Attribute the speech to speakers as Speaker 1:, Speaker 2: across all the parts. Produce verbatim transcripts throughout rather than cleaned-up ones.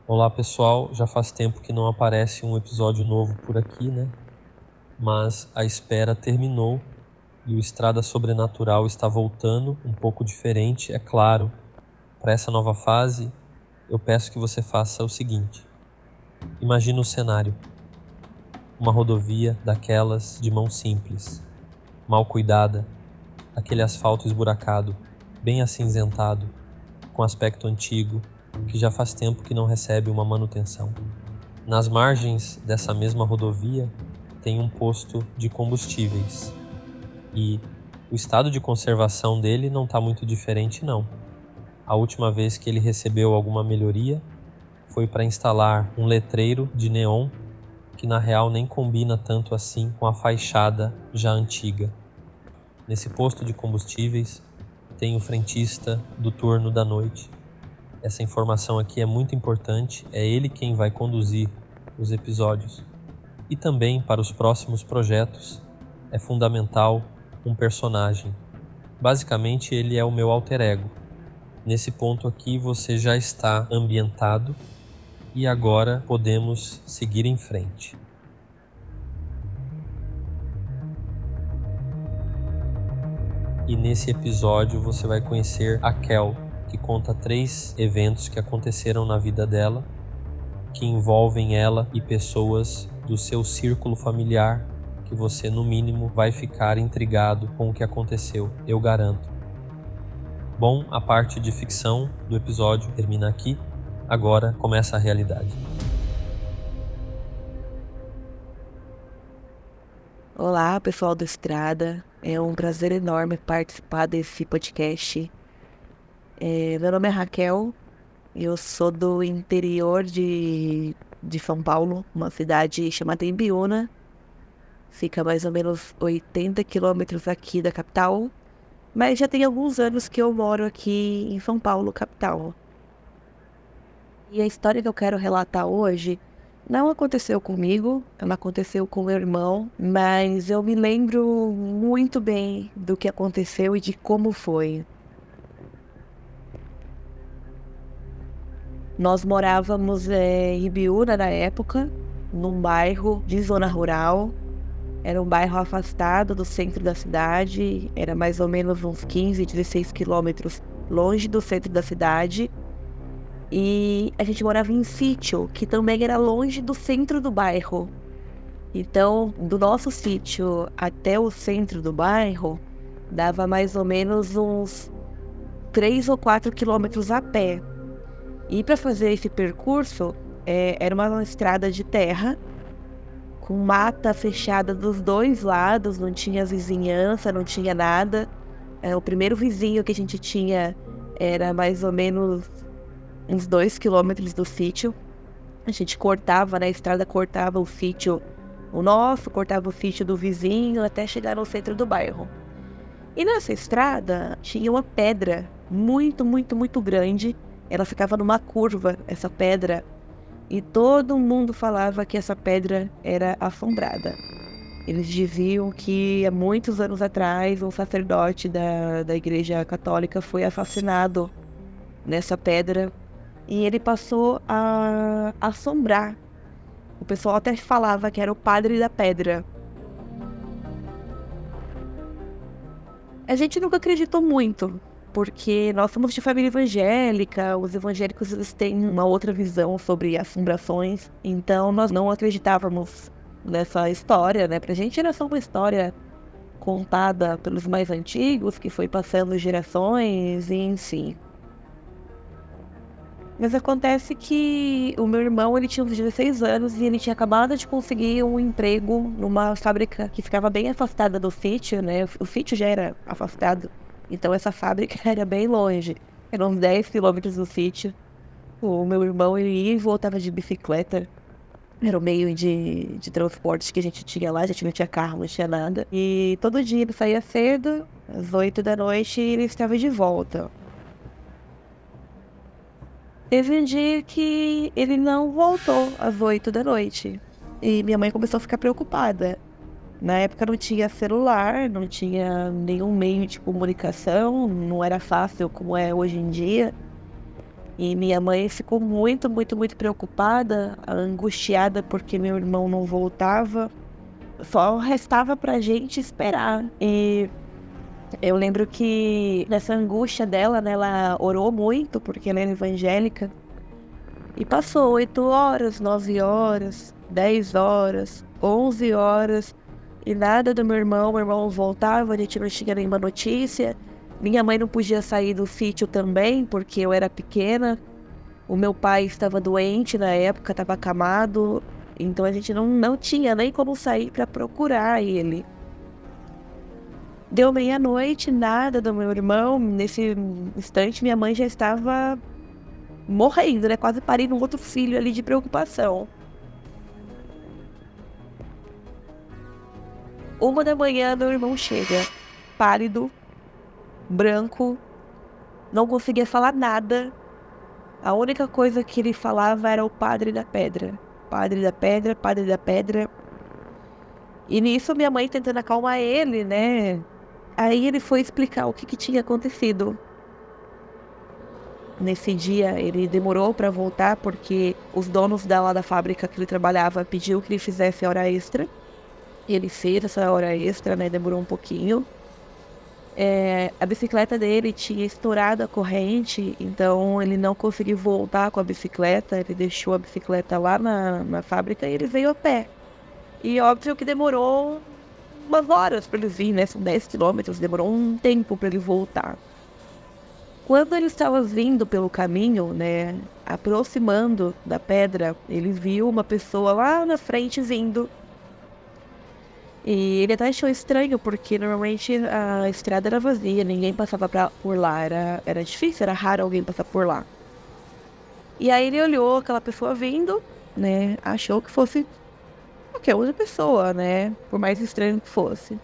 Speaker 1: Olá pessoal, já faz tempo que não aparece um episódio novo por aqui, né? Mas a espera terminou e o Estrada Sobrenatural está voltando, um pouco diferente, é claro. Para essa nova fase, eu peço que você faça o seguinte. Imagina o cenário. Uma rodovia daquelas de mão simples, mal cuidada, aquele asfalto esburacado, bem acinzentado, com aspecto antigo, que já faz tempo que não recebe uma manutenção. Nas margens dessa mesma rodovia tem um posto de combustíveis e o estado de conservação dele não está muito diferente não. A última vez que ele recebeu alguma melhoria foi para instalar um letreiro de neon que na real nem combina tanto assim com a fachada já antiga. Nesse posto de combustíveis tem o frentista do turno da noite. Essa informação aqui é muito importante, é ele quem vai conduzir os episódios. E também para os próximos projetos é fundamental um personagem. Basicamente ele é o meu alter ego. Nesse ponto aqui você já está ambientado e agora podemos seguir em frente. E nesse episódio você vai conhecer a Kel, que conta três eventos que aconteceram na vida dela, que envolvem ela e pessoas do seu círculo familiar, que você no mínimo vai ficar intrigado com o que aconteceu, eu garanto. Bom, a parte de ficção do episódio termina aqui, agora começa a realidade.
Speaker 2: Olá, pessoal do Estrada. É um prazer enorme participar desse podcast. É, meu nome é Raquel, eu sou do interior de, de São Paulo, uma cidade chamada Imbiúna. Fica mais ou menos oitenta quilômetros aqui da capital, mas já tem alguns anos que eu moro aqui em São Paulo, capital. E a história que eu quero relatar hoje não aconteceu comigo, ela aconteceu com meu irmão, mas eu me lembro muito bem do que aconteceu e de como foi. Nós morávamos é, em Ibiúna na época, num bairro de zona rural. Era um bairro afastado do centro da cidade, era mais ou menos uns quinze, dezesseis quilômetros longe do centro da cidade. E a gente morava em sítio, que também era longe do centro do bairro. Então, do nosso sítio até o centro do bairro, dava mais ou menos uns três ou quatro quilômetros a pé. E para fazer esse percurso, é, era uma estrada de terra, com mata fechada dos dois lados, não tinha vizinhança, não tinha nada. É, o primeiro vizinho que a gente tinha era mais ou menos uns dois quilômetros do sítio. A gente cortava, né? A estrada cortava o sítio, o nosso, cortava o sítio do vizinho até chegar no centro do bairro. E nessa estrada tinha uma pedra muito, muito, muito grande. Ela ficava numa curva, essa pedra. E todo mundo falava que essa pedra era assombrada. Eles diziam que há muitos anos atrás um sacerdote da, da igreja católica foi assassinado nessa pedra. E ele passou a assombrar. O pessoal até falava que era o padre da pedra. A gente nunca acreditou muito, porque nós somos de família evangélica, os evangélicos eles têm uma outra visão sobre assombrações, então nós não acreditávamos nessa história, né? Pra gente era só uma história contada pelos mais antigos, que foi passando gerações, e enfim. Mas acontece que o meu irmão, ele tinha uns dezesseis anos e ele tinha acabado de conseguir um emprego numa fábrica que ficava bem afastada do sítio, né? O sítio já era afastado, então essa fábrica era bem longe. Eram uns dez quilômetros do sítio. O meu irmão, ele ia e voltava de bicicleta. Era o meio de, de transporte que a gente tinha lá, a gente não tinha carro, não tinha nada. E todo dia ele saía cedo, às oito da noite, e ele estava de volta. Teve um dia que ele não voltou às oito da noite. E minha mãe começou a ficar preocupada. Na época não tinha celular, não tinha nenhum meio de comunicação, não era fácil como é hoje em dia. E minha mãe ficou muito, muito, muito preocupada, angustiada porque meu irmão não voltava. Só restava pra gente esperar. E eu lembro que nessa angústia dela, né, ela orou muito porque ela era evangélica. E passou oito horas, nove horas, dez horas, onze horas. E nada do meu irmão, meu irmão voltava, a gente não tinha nenhuma notícia. Minha mãe não podia sair do sítio também, porque eu era pequena. O meu pai estava doente na época, estava acamado. Então a gente não, não tinha nem como sair para procurar ele. Deu meia-noite, nada do meu irmão. Nesse instante, minha mãe já estava morrendo, né? Quase parindo um outro filho ali de preocupação. Uma da manhã, meu irmão chega, pálido, branco, não conseguia falar nada. A única coisa que ele falava era o Padre da Pedra. Padre da Pedra, Padre da Pedra. E nisso minha mãe tentando acalmar ele, né? Aí ele foi explicar o que, que tinha acontecido. Nesse dia ele demorou para voltar porque os donos da, lá da fábrica que ele trabalhava pediu que ele fizesse hora extra. E ele fez essa hora extra, né? Demorou um pouquinho. É, a bicicleta dele tinha estourado a corrente, então ele não conseguiu voltar com a bicicleta. Ele deixou a bicicleta lá na, na fábrica e ele veio a pé. E óbvio que demorou umas horas para ele vir, né? São dez quilômetros, demorou um tempo para ele voltar. Quando ele estava vindo pelo caminho, né, aproximando da pedra, ele viu uma pessoa lá na frente vindo. E ele até achou estranho, porque normalmente a estrada era vazia, ninguém passava pra, por lá, era, era difícil, era raro alguém passar por lá. E aí ele olhou aquela pessoa vindo, né, achou que fosse qualquer outra pessoa, né, por mais estranho que fosse.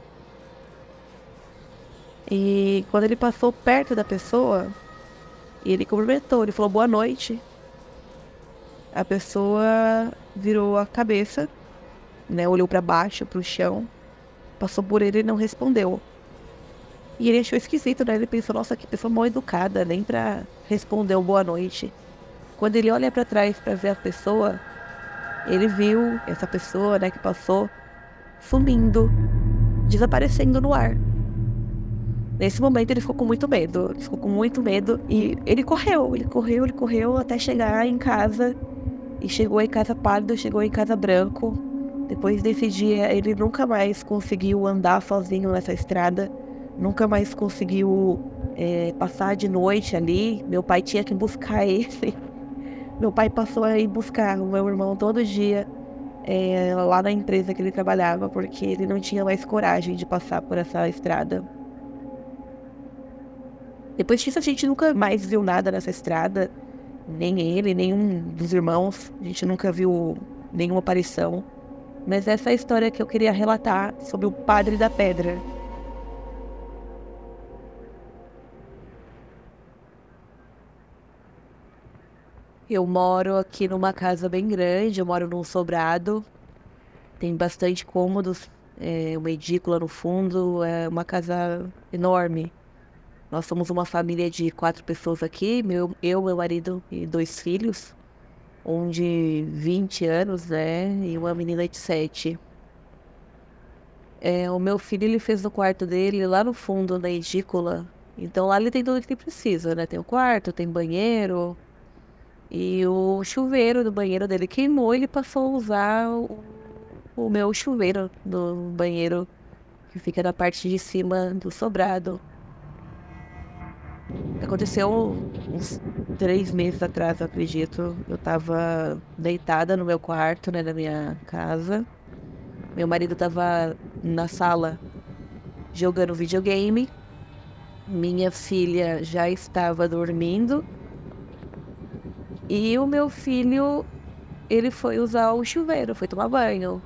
Speaker 2: E quando ele passou perto da pessoa, ele cumprimentou, ele falou boa noite. A pessoa virou a cabeça, né, olhou pra baixo, pro chão, passou por ele e não respondeu. E ele achou esquisito, né? Ele pensou, nossa, que pessoa mal educada, nem pra responder o boa noite. Quando ele olha pra trás pra ver a pessoa, ele viu essa pessoa, né, que passou, sumindo, desaparecendo no ar. Nesse momento ele ficou com muito medo, ele ficou com muito medo e ele correu, ele correu, ele correu até chegar em casa. E chegou em casa pálido, chegou em casa branco. Depois desse dia, ele nunca mais conseguiu andar sozinho nessa estrada. Nunca mais conseguiu é, passar de noite ali. Meu pai tinha que buscar ele. Meu pai passou a ir buscar o meu irmão todo dia é, lá na empresa que ele trabalhava, porque ele não tinha mais coragem de passar por essa estrada. Depois disso, a gente nunca mais viu nada nessa estrada. Nem ele, nenhum dos irmãos. A gente nunca viu nenhuma aparição. Mas essa é a história que eu queria relatar sobre o Padre da Pedra. Eu moro aqui numa casa bem grande, eu moro num sobrado. Tem bastante cômodos, é, uma edícula no fundo, é uma casa enorme. Nós somos uma família de quatro pessoas aqui, meu, eu, meu marido e dois filhos. Um de vinte anos, né, e uma menina de sete. É, o meu filho, ele fez no quarto dele, lá no fundo, na edícula. Então lá ele tem tudo que ele precisa, né, tem o quarto, tem banheiro. E o chuveiro do banheiro dele queimou, ele passou a usar o, o meu chuveiro do banheiro, que fica na parte de cima do sobrado. Aconteceu uns três meses atrás, eu acredito. Eu tava deitada no meu quarto, né, na minha casa. Meu marido tava na sala jogando videogame. Minha filha já estava dormindo. E o meu filho, ele foi usar o chuveiro, foi tomar banho.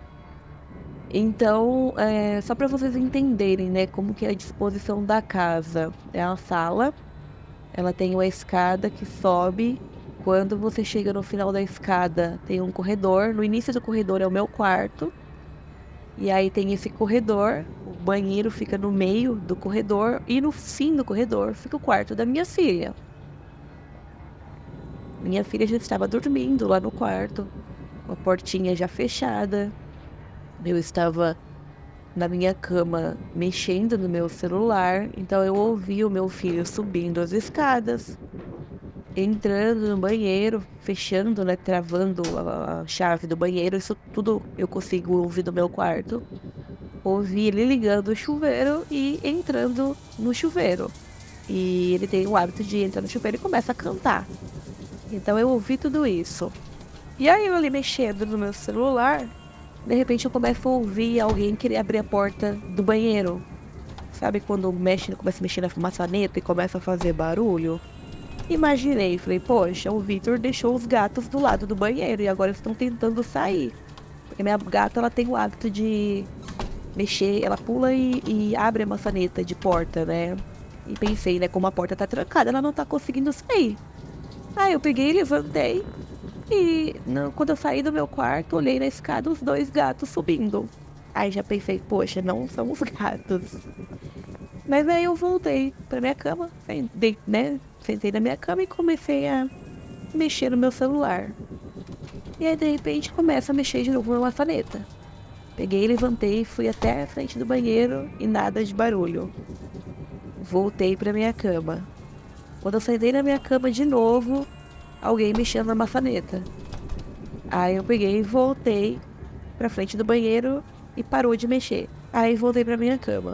Speaker 2: Então, é, só para vocês entenderem, né, como que é a disposição da casa. É uma sala, ela tem uma escada que sobe. Quando você chega no final da escada, tem um corredor. No início do corredor é o meu quarto. E aí tem esse corredor, o banheiro fica no meio do corredor. E no fim do corredor fica o quarto da minha filha. Minha filha já estava dormindo lá no quarto, com a portinha já fechada. Eu estava na minha cama mexendo no meu celular, então eu ouvi o meu filho subindo as escadas, entrando no banheiro, fechando, né, travando a, a chave do banheiro. Isso tudo eu consigo ouvir do meu quarto. Ouvi ele ligando o chuveiro e entrando no chuveiro. E ele tem o hábito de entrar no chuveiro e começa a cantar. Então eu ouvi tudo isso. E aí eu ali mexendo no meu celular, de repente eu começo a ouvir alguém querer abrir a porta do banheiro. Sabe quando mexe, começa a mexer na maçaneta e começa a fazer barulho? Imaginei, falei, poxa, o Vitor deixou os gatos do lado do banheiro e agora estão tentando sair. Porque minha gata, ela tem o hábito de mexer, ela pula e, e abre a maçaneta de porta, né? E pensei, né, como a porta tá trancada, ela não tá conseguindo sair. Aí eu peguei, levantei e não, quando eu saí do meu quarto, olhei na escada os dois gatos subindo. Aí já pensei, poxa, não são os gatos. Mas aí eu voltei pra minha cama, sentei, né? Sentei na minha cama e comecei a mexer no meu celular. E aí de repente começa a mexer de novo na maçaneta. Peguei, levantei, fui até a frente do banheiro e nada de barulho. Voltei pra minha cama. Quando eu sentei na minha cama de novo, alguém mexendo na maçaneta. Aí eu peguei e voltei pra frente do banheiro e parou de mexer. Aí voltei pra minha cama.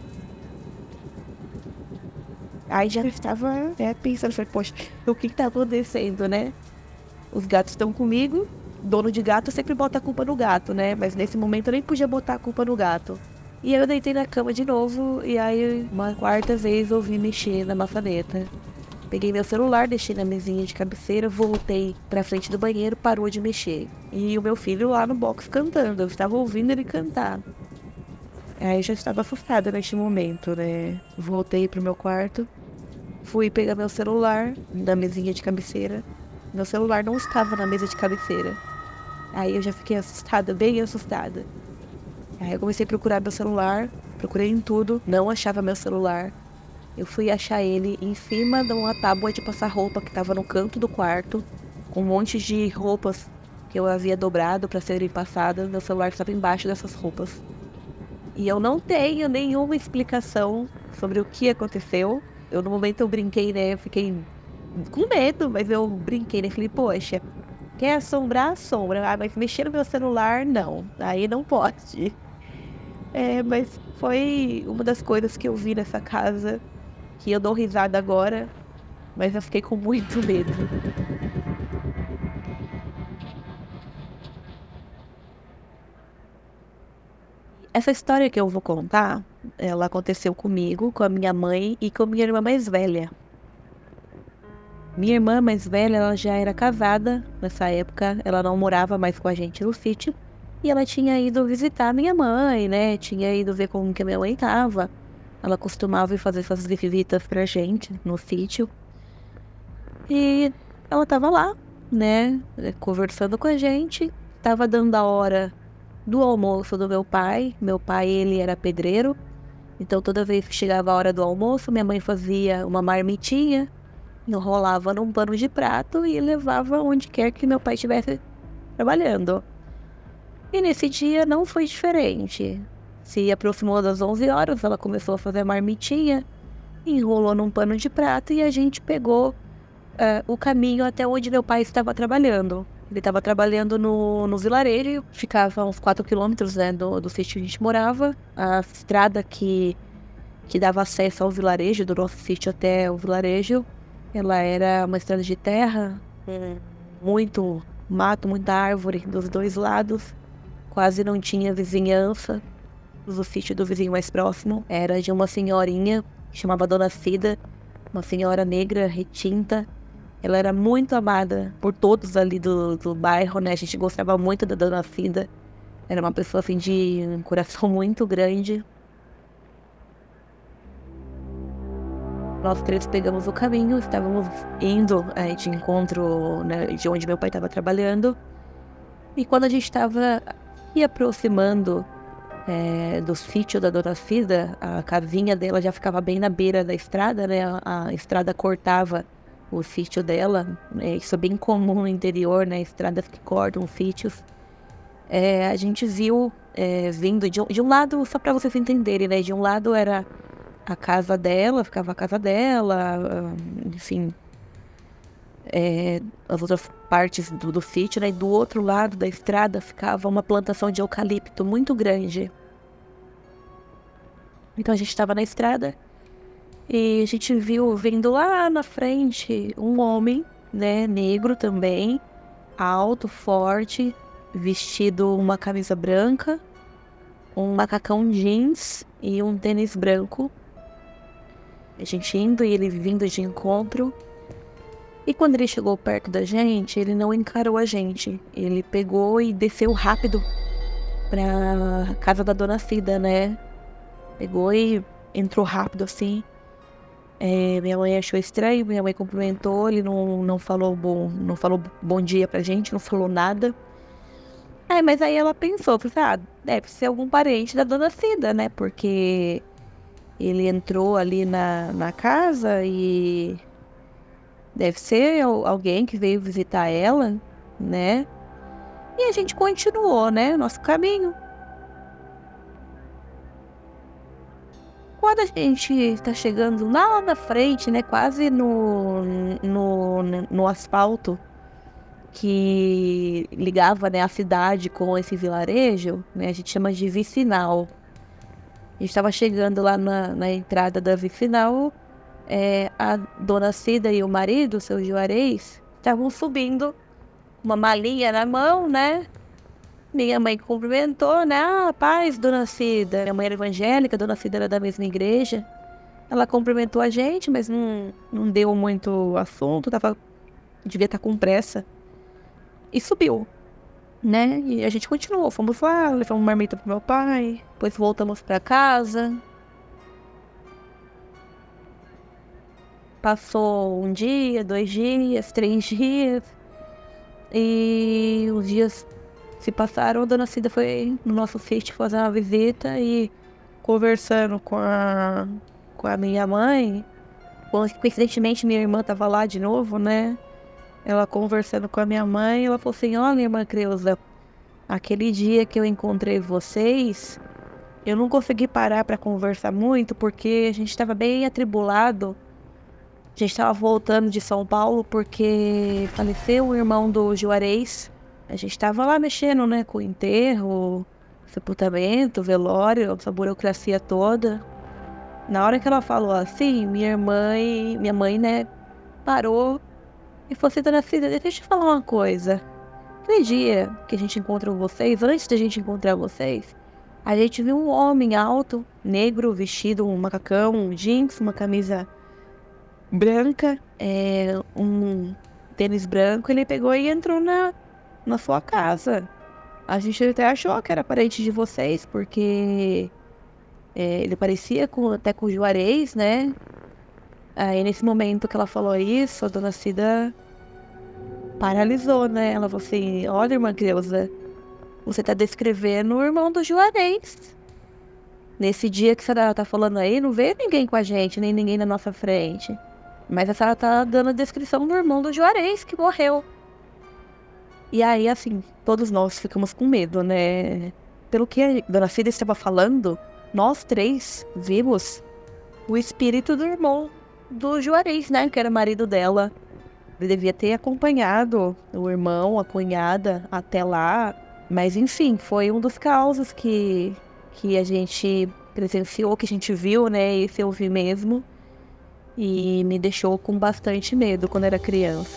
Speaker 2: Aí já estava, né, pensando, falei, poxa, o que que tá acontecendo, né? Os gatos estão comigo, dono de gato sempre bota a culpa no gato, né? Mas nesse momento eu nem podia botar a culpa no gato. E aí eu deitei na cama de novo, e aí uma quarta vez ouvi mexer na maçaneta. Peguei meu celular, deixei na mesinha de cabeceira, voltei pra frente do banheiro, parou de mexer. E o meu filho lá no box cantando, eu estava ouvindo ele cantar. Aí eu já estava assustada neste momento, né? Voltei pro meu quarto, fui pegar meu celular da mesinha de cabeceira. Meu celular não estava na mesa de cabeceira. Aí eu já fiquei assustada, bem assustada. Aí eu comecei a procurar meu celular, procurei em tudo, não achava meu celular. Eu fui achar ele em cima de uma tábua de passar roupa que estava no canto do quarto, com um monte de roupas que eu havia dobrado para serem passadas. Meu celular estava embaixo dessas roupas. E eu não tenho nenhuma explicação sobre o que aconteceu. Eu, no momento, eu brinquei, né? Eu fiquei com medo, mas eu brinquei, né? Falei, poxa, quer assombrar, assombra. Ah, mas mexer no meu celular, não. Aí não pode. É, mas foi uma das coisas que eu vi nessa casa, que eu dou risada agora, mas eu fiquei com muito medo. Essa história que eu vou contar, ela aconteceu comigo, com a minha mãe e com a minha irmã mais velha. Minha irmã mais velha, ela já era casada nessa época, ela não morava mais com a gente no sítio, e ela tinha ido visitar minha mãe, né? Tinha ido ver como que a minha mãe tava. Ela costumava ir fazer essas visitas pra gente no sítio. E ela tava lá, né? Conversando com a gente. Tava dando a hora do almoço do meu pai. Meu pai, ele era pedreiro. Então toda vez que chegava a hora do almoço, minha mãe fazia uma marmitinha, enrolava num pano de prato e levava onde quer que meu pai estivesse trabalhando. E nesse dia não foi diferente. Se aproximou das onze horas, ela começou a fazer a marmitinha, enrolou num pano de prato e a gente pegou uh, o caminho até onde meu pai estava trabalhando. Ele estava trabalhando no, no vilarejo, ficava a uns quatro quilômetros, né, do, do sítio que a gente morava. A estrada que, que dava acesso ao vilarejo, do nosso sítio até o vilarejo, ela era uma estrada de terra, hum. muito mato, muita árvore dos dois lados. Quase não tinha vizinhança. O sítio do vizinho mais próximo era de uma senhorinha que chamava Dona Cida, uma senhora negra, retinta. Ela era muito amada por todos ali do, do bairro, né? A gente gostava muito da Dona Cida. Era uma pessoa assim de um coração muito grande. Nós três pegamos o caminho, estávamos indo é, de encontro, né, de onde meu pai estava trabalhando. E quando a gente estava se aproximando é, do sítio da Dona Cida, a casinha dela já ficava bem na beira da estrada, né? A, a estrada cortava o sítio dela. É, isso é bem comum no interior, né? Estradas que cortam sítios. É, a gente viu é, vindo de um, de um lado, só para vocês entenderem, né? De um lado era a casa dela, ficava a casa dela, enfim, é, as outras partes do, do sítio, né? E do outro lado da estrada ficava uma plantação de eucalipto muito grande. Então a gente estava na estrada e a gente viu vindo lá na frente um homem, né? Negro também, alto, forte, vestido uma camisa branca, um macacão jeans e um tênis branco. A gente indo e ele vindo de encontro. E quando ele chegou perto da gente, ele não encarou a gente. Ele pegou e desceu rápido pra casa da dona Cida, né? Pegou e entrou rápido assim. É, minha mãe achou estranho, minha mãe cumprimentou, ele não, não falou bom, não falou bom dia pra gente, não falou nada. É, mas aí ela pensou, pensou, ah, deve ser algum parente da dona Cida, né? Porque ele entrou ali na, na casa e deve ser alguém que veio visitar ela, né? E a gente continuou, né? Nosso caminho. Quando a gente está chegando lá na frente, né? Quase no, no, no asfalto que ligava, né, a cidade com esse vilarejo, né? A gente chama de vicinal. A gente estava chegando lá na, na entrada da vicinal. É, a dona Cida e o marido, o seu Juarez, estavam subindo, uma malinha na mão, né? Minha mãe cumprimentou, né? Ah, paz, dona Cida. Minha mãe era evangélica, dona Cida era da mesma igreja. Ela cumprimentou a gente, mas não, não deu muito assunto, tava, devia estar com pressa. E subiu, né? E a gente continuou, fomos lá, levamos marmita pro meu pai, depois voltamos pra casa. Passou um dia, dois dias, três dias. E os dias se passaram, a dona Cida foi no nosso sítio fazer uma visita e conversando com a, com a minha mãe. Coincidentemente, minha irmã estava lá de novo, né? Ela conversando com a minha mãe, ela falou assim, olha, irmã Creuza, aquele dia que eu encontrei vocês, eu não consegui parar para conversar muito porque a gente estava bem atribulado. A gente estava voltando de São Paulo porque faleceu o irmão do Juarez. A gente estava lá mexendo, né, com o enterro, sepultamento, velório, essa burocracia toda. Na hora que ela falou assim, minha mãe, minha mãe, né, parou e falou assim, dona Cida, deixa eu te falar uma coisa. Aquele dia que a gente encontrou vocês, antes da gente encontrar vocês, a gente viu um homem alto, negro, vestido um macacão, um jeans, uma camisa branca, é, um tênis branco. Ele pegou e entrou na, na sua casa. A gente até achou que era parente de vocês, porque é, ele parecia com, até com o Juarez, né? Aí nesse momento que ela falou isso, a dona Cida paralisou, né? Ela falou assim, olha, irmã Creuza, você tá descrevendo o irmão do Juarez. Nesse dia que você tá falando aí, não veio ninguém com a gente, nem ninguém na nossa frente. Mas a senhora tá dando a descrição do irmão do Juarez, que morreu. E aí, assim, todos nós ficamos com medo, né? Pelo que a dona Cida estava falando, nós três vimos o espírito do irmão do Juarez, né? Que era marido dela. Ele devia ter acompanhado o irmão, a cunhada, até lá. Mas, enfim, foi um dos causos que, que a gente presenciou, que a gente viu, né? Esse eu vi mesmo. E me deixou com bastante medo quando era criança.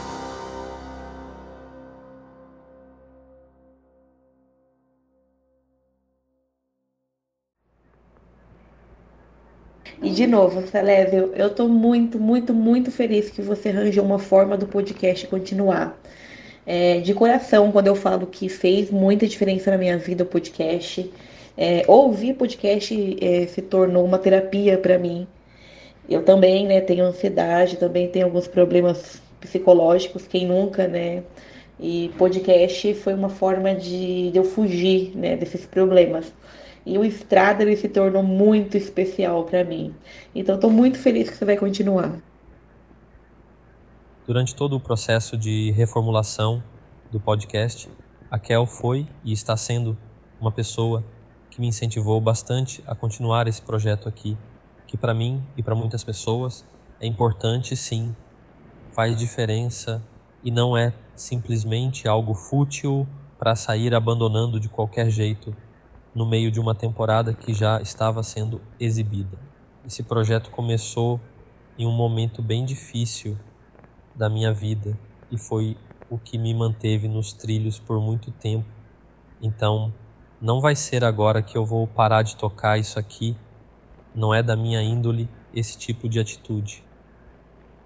Speaker 2: E de novo, Celésio, eu tô muito, muito, muito feliz que você arranjou uma forma do podcast continuar. É, de coração, quando eu falo que fez muita diferença na minha vida o podcast, é, ouvir podcast é, se tornou uma terapia para mim. Eu também, né, tenho ansiedade, também tenho alguns problemas psicológicos, quem nunca, né? E podcast foi uma forma de, de eu fugir, né, desses problemas. E o Estrada, ele se tornou muito especial para mim. Então, estou muito feliz que você vai continuar.
Speaker 1: Durante todo o processo de reformulação do podcast, a Kel foi e está sendo uma pessoa que me incentivou bastante a continuar esse projeto aqui, que para mim e para muitas pessoas é importante sim, faz diferença e não é simplesmente algo fútil para sair abandonando de qualquer jeito no meio de uma temporada que já estava sendo exibida. Esse projeto começou em um momento bem difícil da minha vida e foi o que me manteve nos trilhos por muito tempo. Então, não vai ser agora que eu vou parar de tocar isso aqui, não é da minha índole esse tipo de atitude.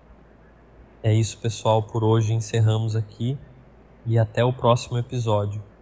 Speaker 1: É isso, pessoal, por hoje encerramos aqui e até o próximo episódio.